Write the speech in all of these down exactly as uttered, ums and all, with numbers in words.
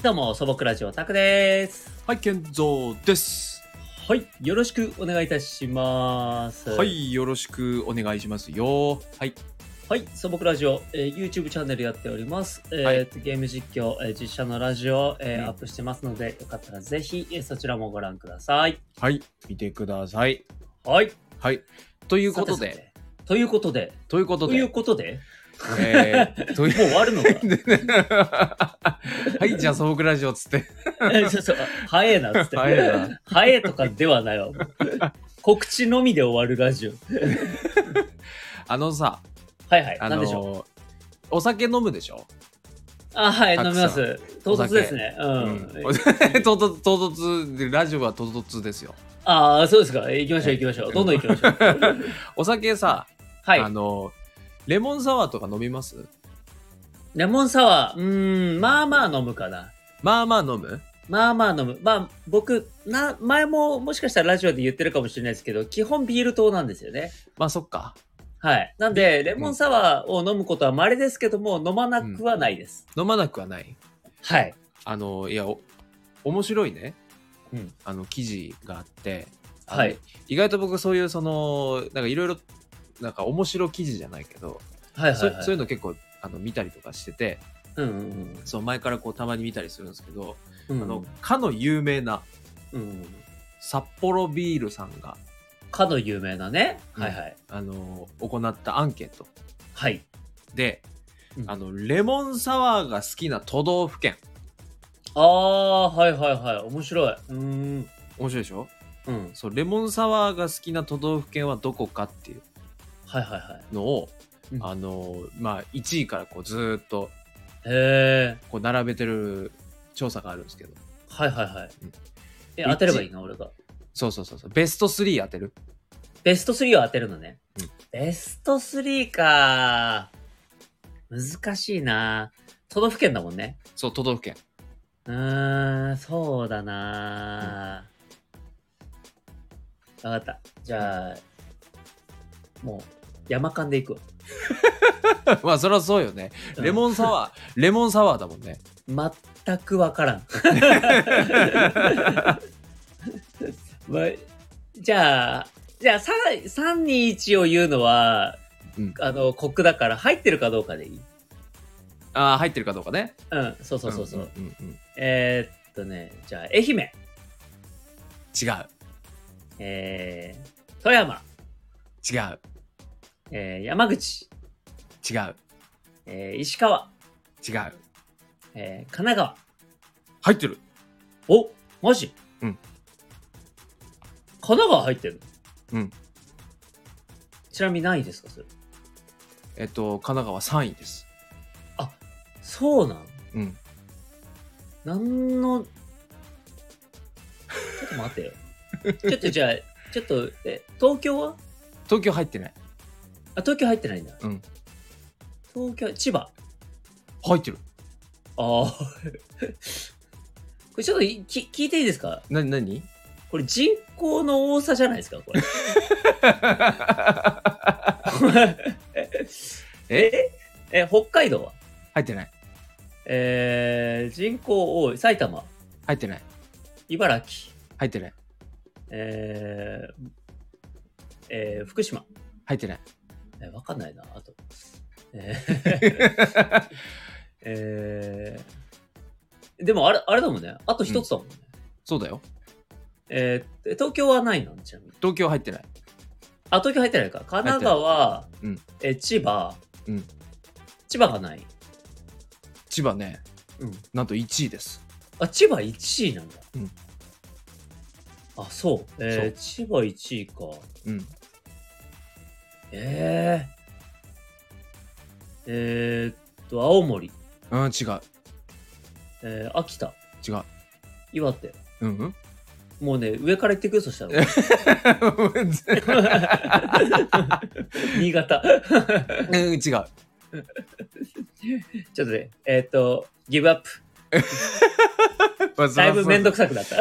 どうも素朴ラジオタクです。 はい、健三です。 はい、よろしくお願いいたします。 はい、よろしくお願いしますよ。はい。 はい、素朴ラジオ、えー、YouTube チャンネルやっております。えーはい、 ゲーム実況、えー実写のラジオ、えーうんアップしてますので、よかったらぜひ、えーそちらもご覧ください。 はい、見てください。 はい。 はい。ということで、 さてさてということで、 ということというで、 ことで、 えー、というもう終わるのか。 はい、じゃあ素朴ラジオっつって。 えーそうそう、早えなっつって。 早いな。 早えとかではないわ。もう告知のみで終わるラジオ。 あのさ、 はいはい、 あなんでしょう。 のー、お酒飲むでしょ？ あ、はい、 たくさん飲みます。唐突ですね。ううんん。。 唐突、唐突で、ラジオは唐突ですよ。 ああ、そうですか。行きましょう、行きましょう。どんどん行きましょう。 お酒さ、 はい。 あのー、レモンサワーとか飲みます？ レモンサワー、うーん、まあまあ飲むかな。 まあまあ飲む？ まあまあ飲む。まあ、僕、な、前ももしかしたらラジオで言ってるかもしれないですけど、基本ビール糖なんですよね。 まあそっか。 はい。なんで、レモンサワーを飲むことは稀ですけども、飲まなくはないです。 飲まなくはない。 はい。 あの、いや、お面白いね、 うん。 あの、記事があって、あのはい。 意外と僕そういうその、なんかいろいろ、なんか面白記事じゃないけど、 はいはいはい。 そそういうの結構あの見たりとかしてて、 うんうんそう前からこうたまに見たりするんですけど、 うん。 あの、かの有名なうんうん。 札幌ビールさんが、 かの有名なね。 うんはいはい。 あの、行ったアンケートはい。 で、 うんあの、レモンサワーが好きな都道府県。 ああ、はいはいはい。面白い。うーん。 面白いでしょ？ うん。 そう、レモンサワーが好きな都道府県はどこかっていうはいはいはい。 のを、 うんあのまあいちいからこうずーっとへえ。 こう並べてる調査があるんですけど、 はいはいはい。 うんえ、当てればいいな、俺が。 そうそうそうそう、ベストスリー当てる？ ベストスリーを当てるのね。 うんベストスリーか。難しいな。都道府県だもんね。 そう、都道府県。 うーん、そうだな。わかった。じゃあ、もう、山間で行くわ。 まあそりゃそうよね。レモンサワー、レモンサワーだもんね。 全くわからん。まあ、じゃあ、じゃあさんにいちを言うのは、 うん、 あの、コクだから入ってるかどうかでいい？ ああ、入ってるかどうかね。 うん、そうそうそうそう。 うんうんうんうん、 えー、っとね、じゃあ、愛媛。 違う。 えー、富山。 違う。 えー、山口。 違う。 えー、石川。 違う。 えー、神奈川。 入ってる。 お、マジ？ うん。 神奈川入ってるうん。 の？ちなみに何位ですか、それ？ えっと、神奈川さんいです。 あ、そうなん？ うん。 なんの、ちょっと待ってよ。ちょっとじゃあ、ちょっと、え、東京は？ 東京入ってない。 あ、東京入ってないんだ。 うん。 東京、千葉。 入ってる。 ああ。これちょっといき聞いていいですか？ な、なに？ これ人口の多さじゃないですか、これ。 ええ、北海道は？ 入ってない。 えー、人口多い。埼玉。 入ってない。 茨城。 入ってない。 えー、えー、福島。 入ってない。 えー、わかんないな、あと。えー、えー、でもあれ、あれだもんね。あと一つだもんね。 そうだよ。 えー、東京はないの？ちなみに。 東京入ってない。 あ、東京入ってないか。神奈川、 うん、 えー、千葉、 うん。 千葉がない。 千葉ね、 うん。 なんといちいです。 あ、千葉いちいなんだ。 うん。 あ、そう。えー、千葉いちいか。 うん。 えー、えー、っと、青森。 うん、違う。 えー、秋田。 違う。 岩手。 うんうん。 もうね、上から行ってくよ、そしたら。新潟。 うん、違う。 ちょっとね、えー、っと、ギブアップ。だいぶめんどくさくなった。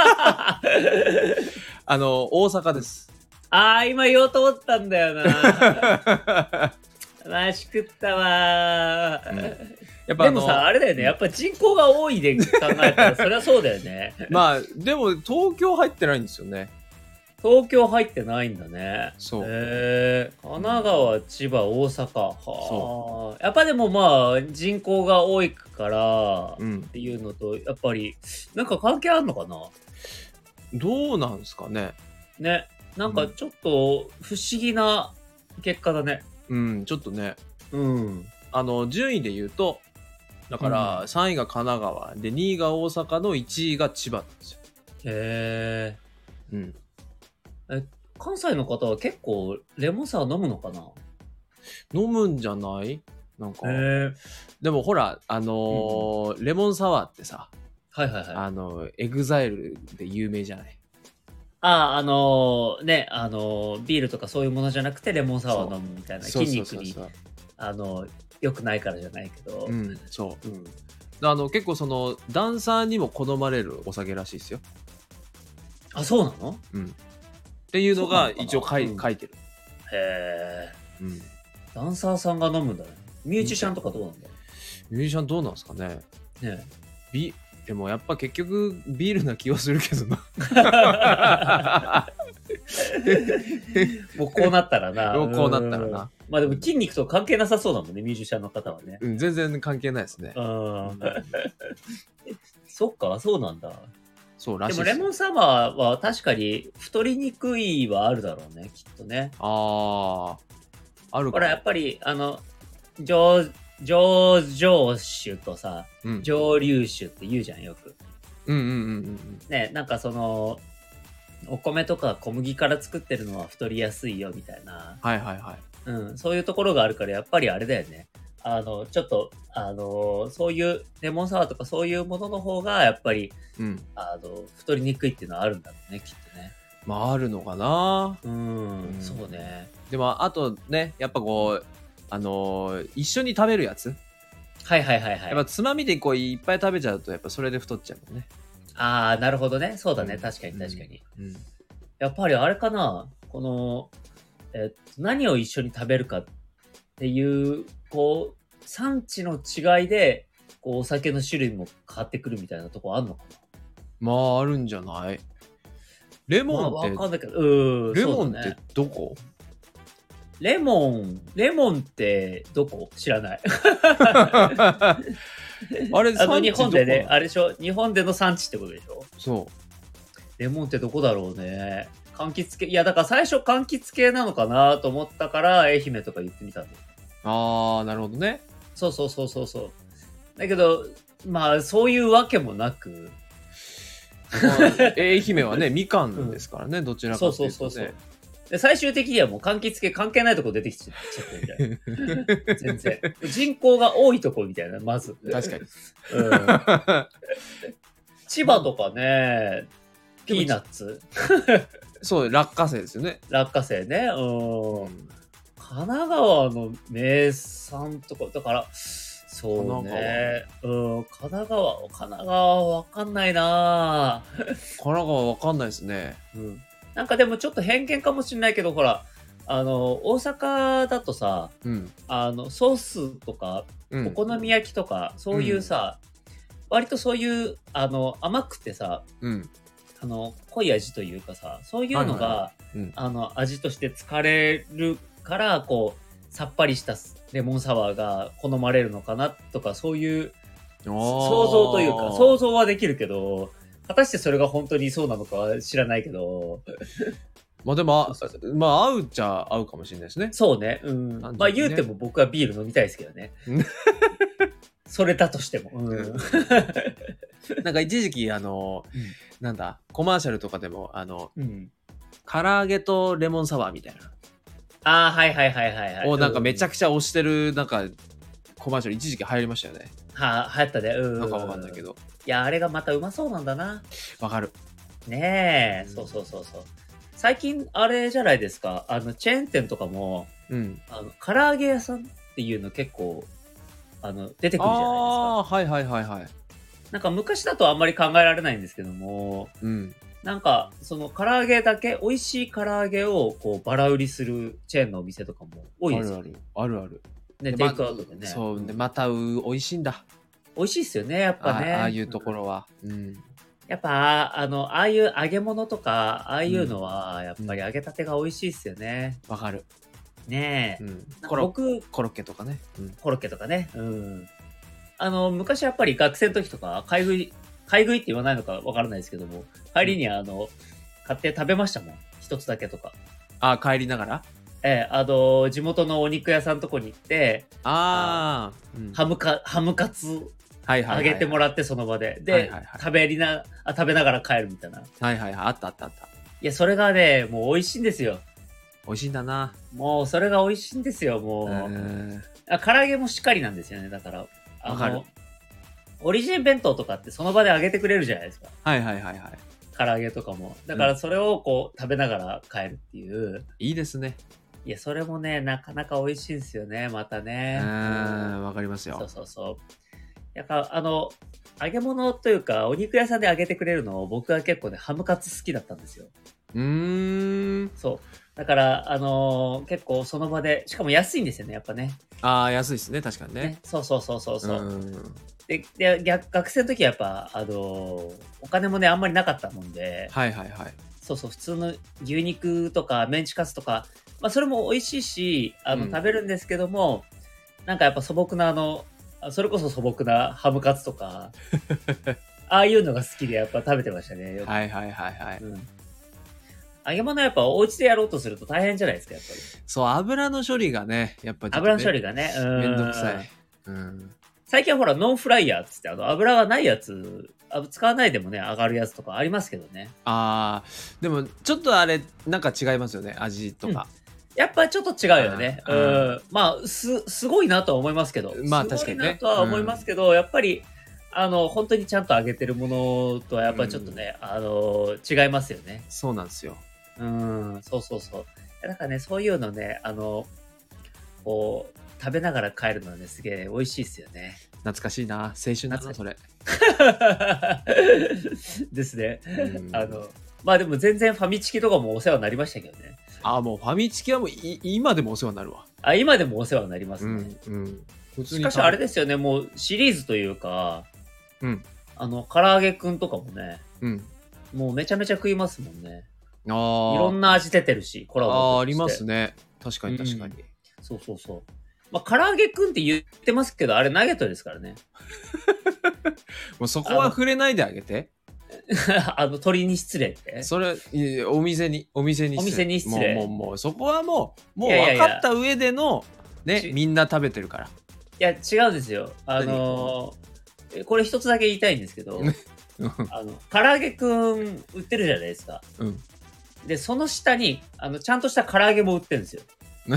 あの、大阪です。 あー、今言おうと思ったんだよな。 マジ食ったわー、 うんやっぱあのでもさ、あれだよね。やっぱ人口が多いで考えたら、そりゃそうだよね。 まあでも東京入ってないんですよね。 東京入ってないんだね。 そうへえー、神奈川、千葉、大阪。はそあ。やっぱでもまあ、人口が多いからうんっていうのと、やっぱり、なんか関係あるのかなどうなんですかね。 ね。なんかちょっと不思議な結果だね。 うんちょっとねうん。 あの順位で言うとだからうんさんいが神奈川でにいが大阪のいちいが千葉なんですよ。 へうんえ。え、関西の方は結構レモンサワー飲むのかな飲むんじゃないなんかへえ。 でもほらあのーレモンサワーってさはいはいはい。 あのエグザイルで有名じゃない。 ああ、あのーね、あのービールとかそういうものじゃなくてレモンサワー飲むみたいな、 そう筋肉に、 そうそうそうあの、良くないからじゃないけど。 うんそううん。 あの結構そのダンサーにも好まれるお酒らしいですよ。 あ、そうなのうんっていうのがそうなのかな一応書い,、 うん書いてる。 へえ。 うんダンサーさんが飲むんだね。ミュージシャンとかどうなんだミュージシャンどうなんですかね。 ねビでもやっぱ結局ビールな気はするけどな。 もうこうなったらな。 もうこうなったらなうん。まあでも筋肉と関係なさそうだもんね、ミュージシャンの方はね。 うん、全然関係ないですね。 うん。そっか、そうなんだ。 そうらでしいですよ。 もレモンサワーは確かに太りにくいはあるだろうね、きっとね。 ああ、あるかも。 ほら、やっぱり、あの、上、上上酒とさ、 うん、 上流酒って言うじゃん、よく。 うんうんうんうんね、なんかその、お米とか小麦から作ってるのは太りやすいよ、みたいな。 はいはいはい。 うん、そういうところがあるから、やっぱりあれだよね。あの、ちょっと、あの、そういうレモンサワーとかそういうものの方が、やっぱり、 うん。 あの、太りにくいっていうのはあるんだろうね、きっとね。 まああるのかな。 うん、 うんそうね。 でもあとね、やっぱこう、あのー一緒に食べるやつ。 はいはいはいはい。 やっぱつまみでこういっぱい食べちゃうとやっぱそれで太っちゃうもんね。 ああ、なるほどね。そうだね。 うん確かに確かに。 うん。 やっぱりあれかな。この、えっと、何を一緒に食べるかっていう、こう、産地の違いで、こう、お酒の種類も変わってくるみたいなとこあんのかまああるんじゃないレな。まあ、 モンって、 わかんないけど、うん、 レモンってそうだね。 どこレモン、レモンってどこ知らない。 あれ、 あの、日産地本でね、 どこなのあれでしょ日本での産地ってことでしょそレモンってどこだろうね。柑橘系、いや、だから最初柑橘系なのかなと思ったから、愛媛とか言ってみたんだよ。 う。ああ、なるほどね。 そうそうそうそうそう。だけど、まあ、そういうわけもなく、 まあ愛媛はね、みかんですからね、どちらかそうというとね。 そうそうそう。で最終的にはもう柑橘系関係ないとこ出てきちゃってるみたいな。全然。人口が多いとこみたいな、まず。 確かに。 うん。千葉とかね、ピーナッツ、 そう、落花生ですよね。 落花生ね。うん。神奈川の名産とか、だから、そうね。うん、神奈川、神奈川わかんないなぁ。 神奈川わかんないですね。 うん。なんかでもちょっと偏見かもしれないけど、ほら、あの、大阪だとさ、 うん。 あの、ソースとか、 うんお好み焼きとか、そういうさ、割とそういう、あの、甘くてさ、 うん。 あの、濃い味というかさ、そういうのが、 はいはうん。 あの、味として使われるから、こう、さっぱりしたレモンサワーが好まれるのかなとか、そういう想像というか、想像はできるけど、果たしてそれが本当にそうなのかは知らないけど、 まあでも、あまあ合うっちゃ合うかもしれないですね。 そうね。うん。 単純にねまあ言うても僕はビール飲みたいですけどね。それだとしても。うん。 なんか一時期、あの、 うんなんだ、コマーシャルとかでも、あの、 うん。 唐揚げとレモンサワーみたいな。 ああ、はいはいはいはいはい。 をなんかめちゃくくちゃ推してる、なんか、コマーシャル一時期流行りましたよね。 は、流行ったね。うん。 なんかわかんないけど。 いや、あれがまたうまそうなんだな。 わかる。 ねえ、 うんそうそうそうそう。最近、あれじゃないですか。あの、チェーン店とかも、 うん。 あの、唐揚げ屋さんっていうの結構、あの、出てくるじゃないですか。 ああー、はいはいはいはい。 なんか昔だとあんまり考えられないんですけども、 うん。 なんか、その唐揚げだけ、美味しい唐揚げをこうバラ売りするチェーンのお店とかも多いですよね。 あるあるある。 ね、 でテイクアウトでね。 まそうでまたう美味しいんだ。 美味しいっすよね、やっぱね。 あああいうところは。うん。 やっぱ、あの、ああいう揚げ物とか、ああいうのは、やっぱり揚げたてが美味しいっすよね。 わかる。 ねえ。 うん。 なんコロか僕、 コロッケとかね。うん。 コロッケとかね。うん。あの、昔やっぱり学生の時とか、買い食い、買い食いって言わないのかわからないですけども、帰りにあの、買って食べましたもん。一つだけとか。 あ帰りながら。 ええ、あの、地元のお肉屋さんとこに行って、 ああ、うんハムカ、ハムカツはいはいはい。 あげてもらってその場で。で、 はいはいはい食べりな、あ、食べながら帰るみたいな。いはいはいはい。あったあったあった。 や、それがね、もう美味しいんですよ。 美味しいんだな。 もう、それが美味しいんですよ、もう。 うんあ唐揚げもしっかりなんですよね、だから。あわかるの、オリジン弁当とかってその場で揚げてくれるじゃないですか。 はいはいはいはい。 唐揚げとかも。だからそれをこう食べながら帰るっていう。 いいですね。 いや、それもね、なかなか美味しいんですよね、またうね。 ん、わかりますよ。 そうそうそう。やっぱ、あの、揚げ物というか、お肉屋さんで揚げてくれるのを僕は結構ね、ハムカツ好きだったんですよ。 うーん。 そう。だから、あのー結構その場で、しかも安いんですよね、やっぱね。 ああ、安いですね、確かにね。 ねそうそうそうそうそう。 ん。 で、で逆学生の時はやっぱ、あのーお金もね、あんまりなかったもんで、 はいはいはい。 そうそう、普通の牛肉とかメンチカツとか、まあ、それも美味しいし、あの、 うん食べるんですけども、なんかやっぱ素朴なあの、あそれこそ素朴なハムカツとか、ああいうのが好きでやっぱ食べてましたね。よくはいはいはいはい。 うん。揚げ物やっぱお家でやろうとすると大変じゃないですか、やっぱり。 そう、油の処理がね、やっぱちょっとね油の処理がね。うんめんどくさい。うん。 最近はほら、ノンフライヤーっつって、あの、油がないやつ、あ使わないでもね、上がるやつとかありますけどね。 ああ、でもちょっとあれ、なんか違いますよね、味とか。 やっぱちょっと違うよね。 ううんん。まあ、す、すごいなとは思いますけど。 まあすごい確かにねなとは思いますけど、やっぱり、あの、本当にちゃんと揚げてるものとはやっぱりちょっとね、あの、違いますよね。 そうなんですよ。 うん、そうそうそう。だからね、そういうのね、あの、こう、食べながら帰るのはね、すげえ美味しいっすよね。 懐かしいな。青春だな、 懐かしいそれ。 ですねう。んあの、まあでも全然ファミチキとかもお世話になりましたけどね。 ああ、もうファミチキはもうい今でもお世話になるわ。 あ、今でもお世話になりますうね。 んうん。普通にしかしあれですよね、もうシリーズというか、 うんあの、唐揚げくんとかもね、 うん。 もうめちゃめちゃ食いますもんね。 ああ。 いろんな味出てるし、コラボとしてああ、ありますね。確かに確かに。 そうそうそう。まあ、唐揚げくんって言ってますけど、あれナゲットですからね。 もうそこは触れないであげて。 あの、鳥に失礼って。 それ、いやお店に、お店にお店に失礼もう、もう、もう、そこはもう、もういやいやいや分かった上での、ね、 ちみんな食べてるから。 いや、違うんですよ。あのー、これ一つだけ言いたいんですけど、あの、唐揚げくん売ってるじゃないですか。 うん。 で、その下に、あの、ちゃんとした唐揚げも売ってるんですよ。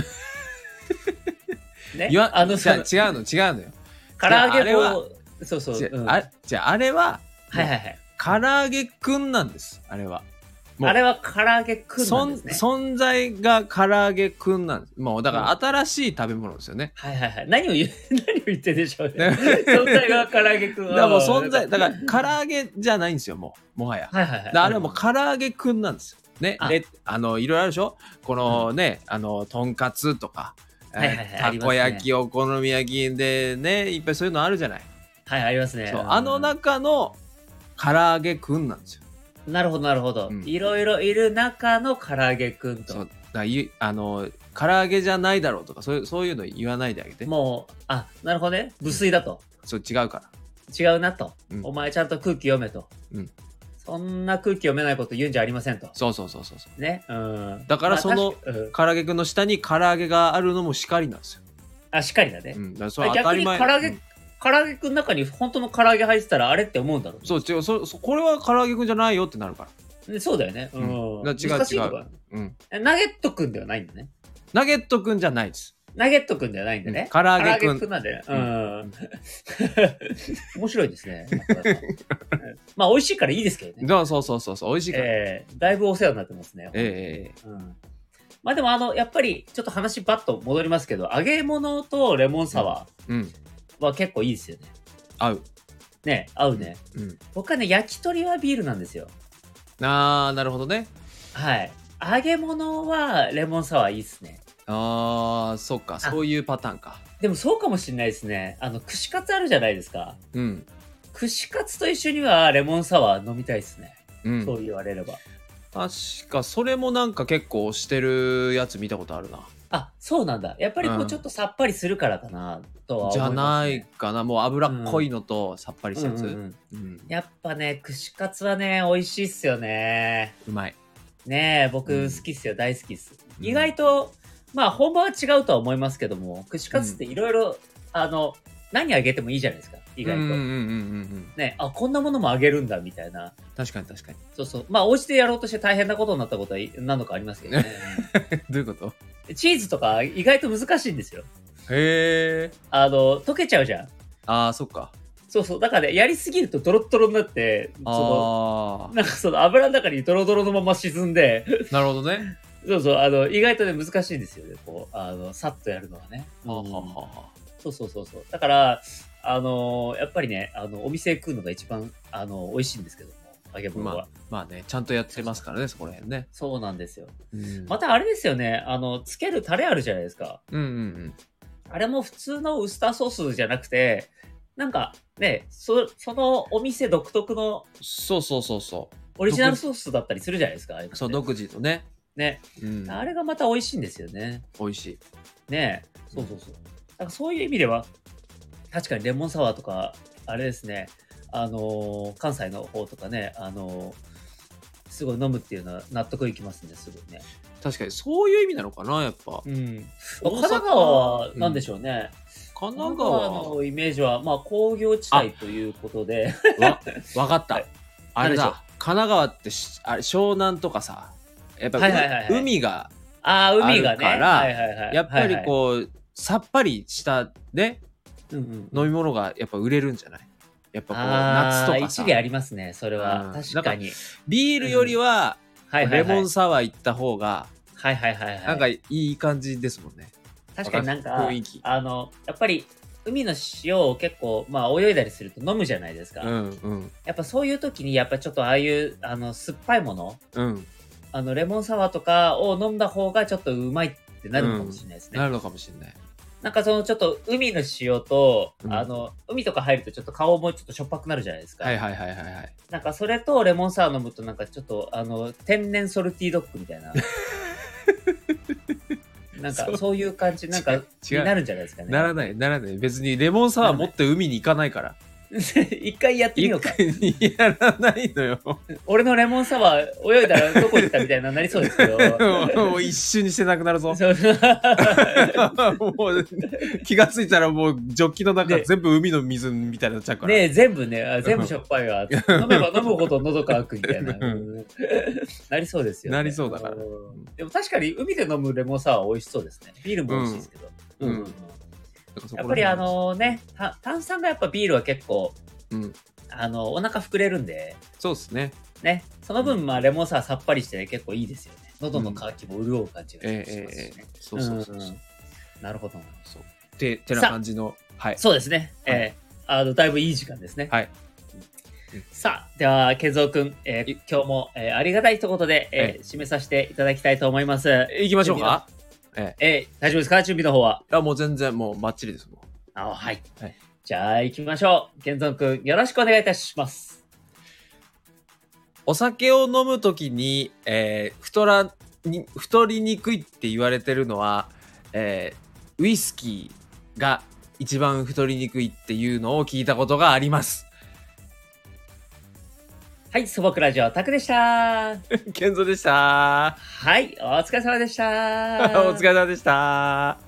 ね。 言わあの、 じゃそのあ違うの、違うのよ。 唐揚げあれはも、そうそう。 違ううんあじゃあ、あれは、 はいはいはい。 唐揚げくんなんです、あれは。もうあれは唐揚げくんなんですね。 存存在が唐揚げくんなんです。もう、だから新しい食べ物ですよね。 はいはいはい。何を言う、何を言ってんでしょうね。存在が唐揚げくん。 だからもう存あ在、 ーだから唐揚げじゃないんですよ、もう、もはや。 はいはいはい。 だからあれはもう唐揚げくんなんですよ。ね、 あで、あの、いろいろあるでしょこのね、あの、とんかつとか、えーはいはいはいあたりますねこ焼き、お好み焼きでね、いっぱいそういうのあるじゃない。 はい、ありますね。 そう、 うんあの中の唐揚げくんなんですよ。 なるほど、なるほどうん。 いろいろいる中の唐揚げくんと。 そう、だからいあの、唐揚げじゃないだろうとか、そういう、そういうの言わないであげて。 もう、あ、なるほどね。無粋だと。 そう、違うから。 違うなと。 うんお前ちゃんと空気読めと。 うんそんな空気読めないこと言うんじゃありませんと。 そうそうそうそうそう。 ね。うん。 だからそのまあ確かうん唐揚げくんの下に唐揚げがあるのもしかりなんですよ。 あ、しっかりだね。 うん、だからそれあは当たり前。 逆に唐揚げうん唐揚げくんの中に本当の唐揚げ入ってたらあれって思うんだろうね。 そう、違う、そ、そこれは唐揚げくんじゃないよってなるから。 ねそうだよね。ううんん。 だから違う難しいとこ違うん。 えナゲットくんではないんだね。 ナゲットくんじゃないです。 ナゲットくんではないんだね。 うん唐揚げくん唐揚げくんなんだよね。 ううんん。面白いですね。まあ、美味しいからいいですけどね。 だからそうそうそうそう、美味しいから。ええー、だいぶお世話になってますね。 ええうん。まあでも、あの、やっぱり、ちょっと話バッと戻りますけど、揚げ物とレモンサワえうん。 ーは結構いいですよね。 合う。 ね、合うね。 うん。 僕はね、焼き鳥はビールなんですよ。 あー、なるほどね。 はい。揚げ物はレモンサワーいいっすね。 あー、そっか、そういうパターンか。 でもそうかもしれないですね。あの、串カツあるじゃないですか。 うん。 串カツと一緒にはレモンサワー飲みたいですね。 うん。 そう言われれば。 確か、それもなんか結構してるやつ見たことあるな。 あ、そうなんだ。やっぱりこううんちょっとさっぱりするからかなとは思います、ね。 じゃないかな。もう脂っこいのとさっぱりしたやつ。 うんううんうんん。 やっぱね、串カツはね、美味しいっすよね。 うまい。 ねえ、僕うん好きっすよ。大好きっす。 うん意外と、まあ本場は違うとは思いますけども、串カツっていろいろ、あの、何あげてもいいじゃないですか。意外と。 うんうんうんうんうん。 ね、あ、こんなものもあげるんだ、みたいな。 確かに確かに。 そうそう。まあ、お家でやろうとして大変なことになったことは何度かありますけどね。 どういうこと？ チーズとか意外と難しいんですよ。 へえ。 あの、溶けちゃうじゃん。 あー、そっか。 そうそう。だからね、やりすぎるとドロッドロになって、その、 あなんかその油の中にドロドロのまま沈んで、 ー、なるほどね。 そうそう、あの、意外とね、難しいんですよね。こう、あの、さっとやるのはね。 はあはあうんはあはあ。 そうそうそうそう。だから、あのやっぱりね、あの、お店食うのが一番、あの、美味しいんですけども、揚げ物は。 まあ、まあね、ちゃんとやってますからね、そこら辺ね。 そうなんですよ。 うんまたあれですよね、あの、つけるタレあるじゃないですか。 うんうんうん。 あれも普通のウスターソースじゃなくて、なんかね、そそのお店独特のそうそうそうそオリジナルソースだったりするじゃないですか。ああいうのっう。 てそう、独自のね。 ね。 うん。 あれがまた美味しいんですよね。 美味しい。 ねそうそうそう。なんかそういう意味では、確かにレモンサワーとか、あれですね、あのー関西の方とかね、あのーすごい飲むっていうのは納得いきますね、すごいね。 確かに、そういう意味なのかな、やっぱ。 うん。神大阪奈川は何でしょうね。 神神奈奈川川のイメージは、まあ工業地帯ということで、 わ、わかった。 はいあれ何でしょうだ。神奈川ってし、あれ、湘南とかさ、やっぱ、 はいはいはいはい海が、 ああ、海がね。 あるからはいはいはい、 やっぱりう、 こう、さっぱりしたね、 うんうん、 飲み物がやっぱ売れるんじゃない？やっぱこう、 ああ、 夏とかさ一理、ありますね、それは。 うん確かに。 ビールよりは、 はいはいはい。 レモンサワー行った方が、 はいはいはいはい。 なんかいい感じですもんね。 確かになんか、 雰囲気あの、やっぱり、海の塩を結構、まあ、泳いだりすると飲むじゃないですか。 うんうんやっぱそういう時に、やっぱちょっとああいう、あの、酸っぱいもの、 うん。 あの、レモンサワーとかを飲んだ方がちょっとうまいってなるのかもしれないですね。 なるのかもしれない。 なんかそのちょっと海の塩と、 うんあの、海とか入るとちょっと顔もちょっとしょっぱくなるじゃないですか。 はいはいはいはいはい。 なんかそれとレモンサワー飲むとなんかちょっとあの天然ソルティドッグみたいななんかそういう感じなんか違う違うになるんじゃないですかね。 ならないならない。別にレモンサワー持って海に行かないから。 一回やってみようか。 一回やらないのよ。 俺のレモンサワー泳いだらどこ行ったみたいななりそうですけど。 もう一瞬にしてなくなるぞ。 そうもう気がついたらもうジョッキの中ね全部海の水みたいになっちゃうから。 ねえ全部ねあ全部しょっぱいわ。飲めば飲むほど喉乾くみたいな。うんなりそうですよね。 なりそうだからうんでも確かに海で飲むレモンサワー美味しそうですね。ビールも美味しいですけど。 うんうんやっぱりあ、のね、た炭酸がやっぱビールは結構、 うん、 あの、お腹膨れるんで、 そうですね。 ね、その分、まあ、レモンサワーさっぱりして結構いいですよね。喉の渇きも潤う感じがしますしえええねえ。そうそうそうそう。 んんなるほど。 そうててな感じの、はい。 そうですね。 はいえーあの、だいぶいい時間ですね。 はい。 さあ、では、健三くん、えー今日も、えーありがたい一言で、えー締めさせていただきたいと思います。 行きましょうか。ええ。 えー大丈夫ですか準備の方は。 あ、もう全然もうバッチリですもん。 あはい。 はいじゃあ、行きましょう。健三くん、よろしくお願いいたします。 お酒を飲むときに、えー太らに太りにくいって言われてるのは、えーウイスキーが一番太りにくいっていうのを聞いたことがあります。 はい、素朴ラジオ、タクでした。 健三でした。 はい、お疲れ様でした。 お疲れ様でした。